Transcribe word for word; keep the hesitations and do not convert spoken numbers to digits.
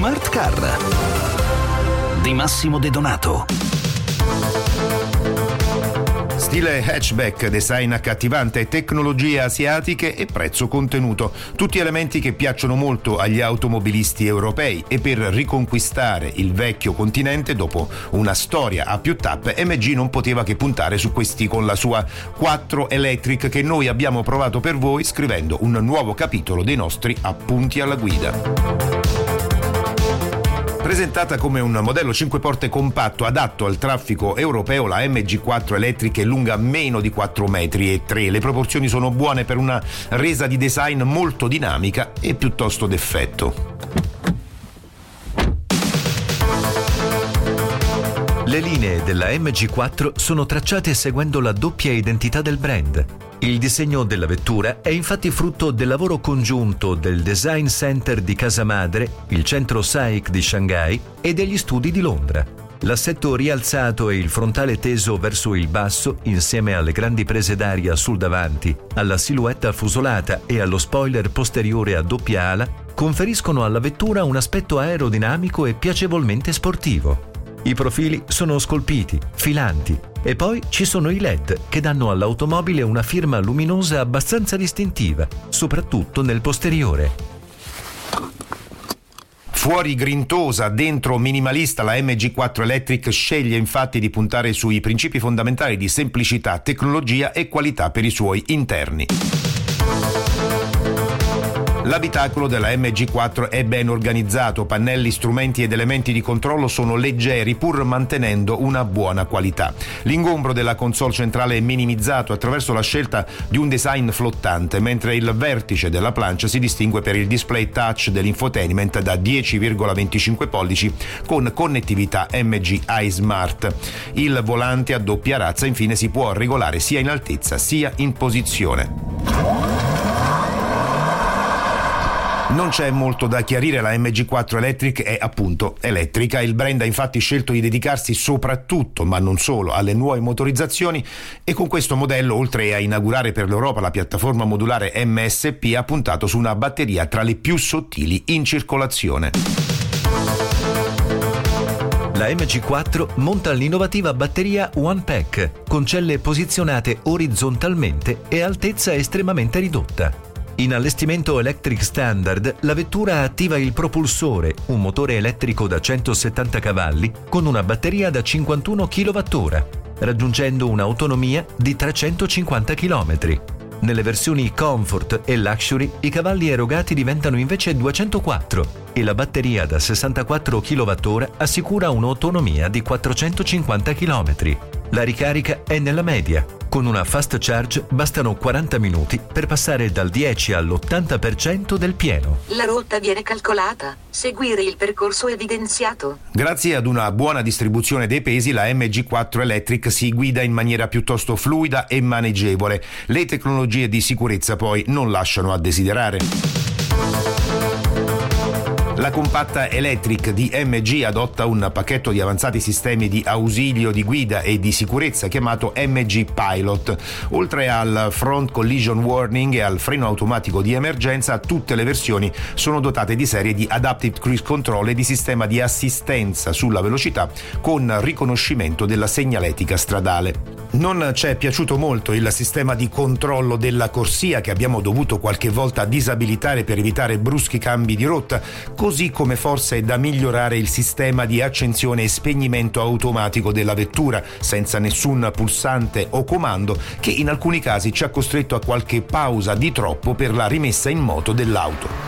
Smart Car di Massimo De Donato. Stile hatchback, design accattivante, tecnologie asiatiche e prezzo contenuto. Tutti elementi che piacciono molto agli automobilisti europei, e per riconquistare il vecchio continente dopo una storia a più tappe, M G non poteva che puntare su questi con la sua quattro Electric, che noi abbiamo provato per voi scrivendo un nuovo capitolo dei nostri appunti alla guida. Presentata come un modello cinque porte compatto adatto al traffico europeo, la M G quattro Electric è lunga meno di quattro metri e tre. Le proporzioni sono buone per una resa di design molto dinamica e piuttosto d'effetto. Le linee della M G quattro sono tracciate seguendo la doppia identità del brand. Il disegno della vettura è infatti frutto del lavoro congiunto del Design Center di casa madre, il centro S A I C di Shanghai e degli studi di Londra. L'assetto rialzato e il frontale teso verso il basso, insieme alle grandi prese d'aria sul davanti, alla silhouette affusolata e allo spoiler posteriore a doppia ala, conferiscono alla vettura un aspetto aerodinamico e piacevolmente sportivo. I profili sono scolpiti, filanti, e poi ci sono i L E D che danno all'automobile una firma luminosa abbastanza distintiva, soprattutto nel posteriore. Fuori grintosa, dentro minimalista, la M G quattro Electric sceglie infatti di puntare sui principi fondamentali di semplicità, tecnologia e qualità per i suoi interni. L'abitacolo della M G quattro è ben organizzato, pannelli, strumenti ed elementi di controllo sono leggeri pur mantenendo una buona qualità. L'ingombro della console centrale è minimizzato attraverso la scelta di un design flottante, mentre il vertice della plancia si distingue per il display touch dell'infotainment da dieci virgola venticinque pollici con connettività M G iSmart. Il volante a doppia razza infine si può regolare sia in altezza sia in posizione. Non c'è molto da chiarire, la M G quattro Electric è appunto elettrica. Il brand ha infatti scelto di dedicarsi soprattutto, ma non solo, alle nuove motorizzazioni, e con questo modello, oltre a inaugurare per l'Europa la piattaforma modulare M S P, ha puntato su una batteria tra le più sottili in circolazione. La M G quattro monta l'innovativa batteria One Pack, con celle posizionate orizzontalmente e altezza estremamente ridotta. In allestimento electric standard, la vettura attiva il propulsore, un motore elettrico da centosettanta cavalli con una batteria da cinquantuno chilowattora, raggiungendo un'autonomia di trecentocinquanta chilometri. Nelle versioni Comfort e Luxury i cavalli erogati diventano invece duecentoquattro e la batteria da sessantaquattro chilowattora assicura un'autonomia di quattrocentocinquanta chilometri. La ricarica è nella media. Con una fast charge bastano quaranta minuti per passare dal dieci all'ottanta per cento del pieno. La rotta viene calcolata, seguire il percorso evidenziato. Grazie ad una buona distribuzione dei pesi, la M G quattro Electric si guida in maniera piuttosto fluida e maneggevole. Le tecnologie di sicurezza poi non lasciano a desiderare. La compatta Electric di M G adotta un pacchetto di avanzati sistemi di ausilio di guida e di sicurezza chiamato M G Pilot. Oltre al Front Collision Warning e al freno automatico di emergenza, tutte le versioni sono dotate di serie di Adaptive Cruise Control e di sistema di assistenza sulla velocità con riconoscimento della segnaletica stradale. Non ci è piaciuto molto il sistema di controllo della corsia, che abbiamo dovuto qualche volta disabilitare per evitare bruschi cambi di rotta, così come forse è da migliorare il sistema di accensione e spegnimento automatico della vettura, senza nessun pulsante o comando, che in alcuni casi ci ha costretto a qualche pausa di troppo per la rimessa in moto dell'auto.